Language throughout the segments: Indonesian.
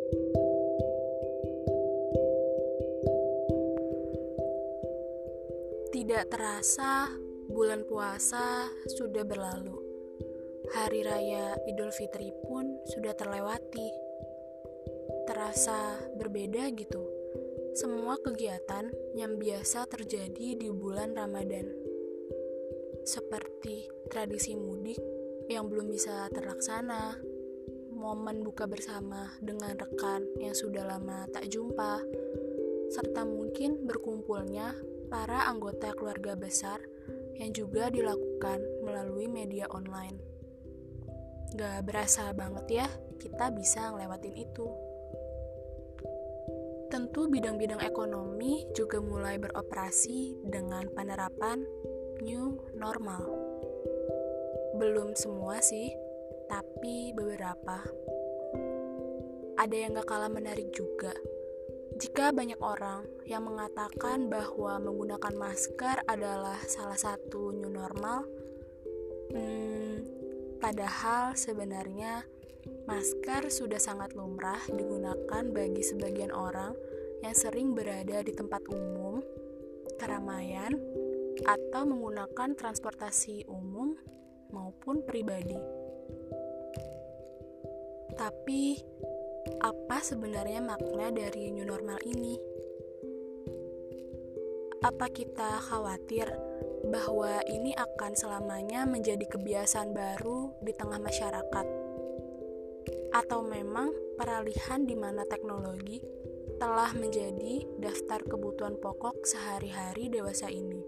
Tidak terasa, bulan puasa sudah berlalu. Hari Raya Idul Fitri pun sudah terlewati. Terasa berbeda gitu. Semua kegiatan yang biasa terjadi di bulan Ramadan. Seperti tradisi mudik yang belum bisa terlaksana, momen buka bersama dengan rekan yang sudah lama tak jumpa, serta mungkin berkumpulnya para anggota keluarga besar yang juga dilakukan melalui media online. Gak berasa banget ya kita bisa ngelewatin itu. Tentu bidang-bidang ekonomi juga mulai beroperasi dengan penerapan new normal. Belum semua sih, tapi beberapa. Ada yang gak kalah menarik juga. Jika banyak orang yang mengatakan bahwa menggunakan masker adalah salah satu new normal, padahal sebenarnya masker sudah sangat lumrah digunakan bagi sebagian orang yang sering berada di tempat umum, keramaian, atau menggunakan transportasi umum maupun pribadi. Tapi apa sebenarnya makna dari new normal ini? Apa kita khawatir bahwa ini akan selamanya menjadi kebiasaan baru di tengah masyarakat? Atau memang peralihan di mana teknologi telah menjadi daftar kebutuhan pokok sehari-hari dewasa ini?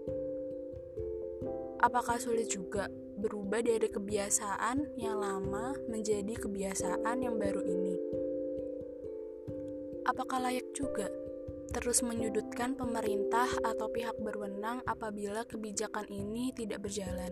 Apakah sulit juga berubah dari kebiasaan yang lama menjadi kebiasaan yang baru ini? Apakah layak juga terus menyudutkan pemerintah atau pihak berwenang apabila kebijakan ini tidak berjalan?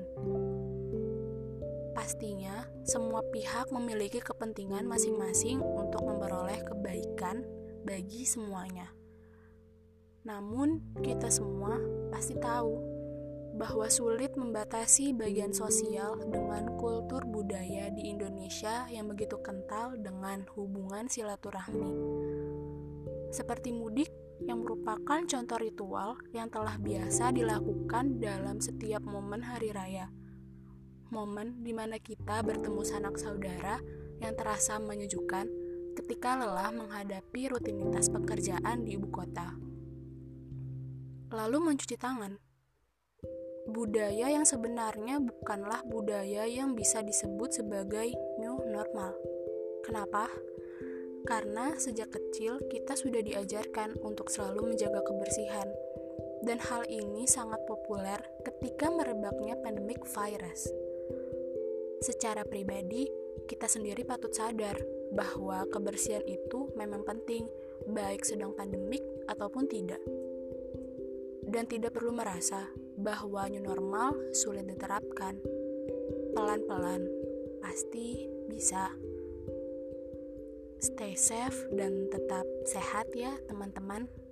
Pastinya, semua pihak memiliki kepentingan masing-masing untuk memperoleh kebaikan bagi semuanya. Namun, kita semua pasti tahu bahwa sulit membatasi bagian sosial dengan kultur budaya di Indonesia yang begitu kental dengan hubungan silaturahmi. Seperti mudik yang merupakan contoh ritual yang telah biasa dilakukan dalam setiap momen hari raya. Momen di mana kita bertemu sanak saudara yang terasa menyejukkan ketika lelah menghadapi rutinitas pekerjaan di ibu kota. Lalu mencuci tangan. Budaya yang sebenarnya bukanlah budaya yang bisa disebut sebagai new normal. Kenapa? Karena sejak kecil kita sudah diajarkan untuk selalu menjaga kebersihan. Dan hal ini sangat populer ketika merebaknya pandemik virus. Secara pribadi, kita sendiri patut sadar bahwa kebersihan itu memang penting, baik sedang pandemik ataupun tidak. Dan tidak perlu merasa bahwa new normal sulit diterapkan. Pelan-pelan, pasti bisa. Stay safe dan tetap sehat ya teman-teman.